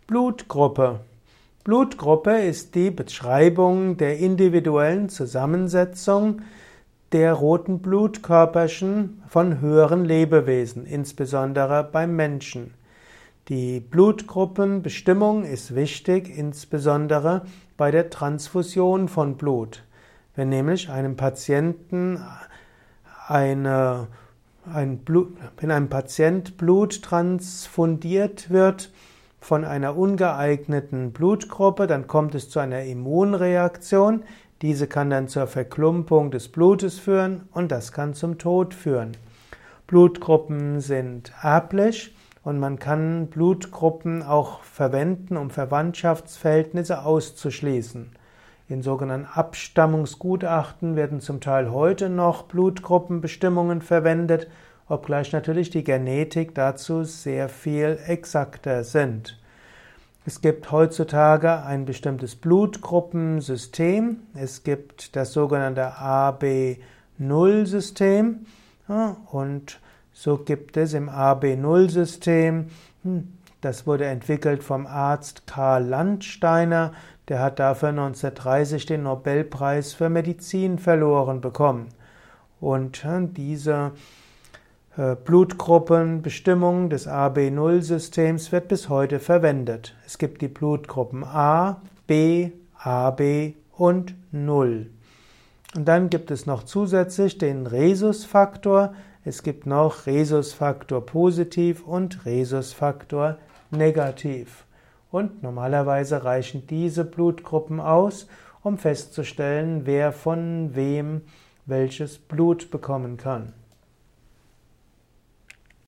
Blutgruppe. Blutgruppe ist die Beschreibung der individuellen Zusammensetzung der roten Blutkörperchen von höheren Lebewesen, insbesondere beim Menschen. Die Blutgruppenbestimmung ist wichtig, insbesondere bei der Transfusion von Blut. Wenn nämlich einem Patienten wenn einem Patient Blut transfundiert wird von einer ungeeigneten Blutgruppe, dann kommt es zu einer Immunreaktion. Diese kann dann zur Verklumpung des Blutes führen und das kann zum Tod führen. Blutgruppen sind erblich und man kann Blutgruppen auch verwenden, um Verwandtschaftsverhältnisse auszuschließen. In sogenannten Abstammungsgutachten werden zum Teil heute noch Blutgruppenbestimmungen verwendet, obgleich natürlich die Genetik dazu sehr viel exakter sind. Es gibt heutzutage ein bestimmtes Blutgruppensystem. Es gibt das sogenannte AB0-System und so gibt es im AB0-System, das wurde entwickelt vom Arzt Karl Landsteiner, der hat dafür 1930 den Nobelpreis für Medizin verloren bekommen. Und diese Blutgruppenbestimmung des AB0-Systems wird bis heute verwendet. Es gibt die Blutgruppen A, B, AB und 0. Und dann gibt es noch zusätzlich den Rhesusfaktor. Es gibt noch Rhesusfaktor positiv und Rhesusfaktor negativ. Und normalerweise reichen diese Blutgruppen aus, um festzustellen, wer von wem welches Blut bekommen kann.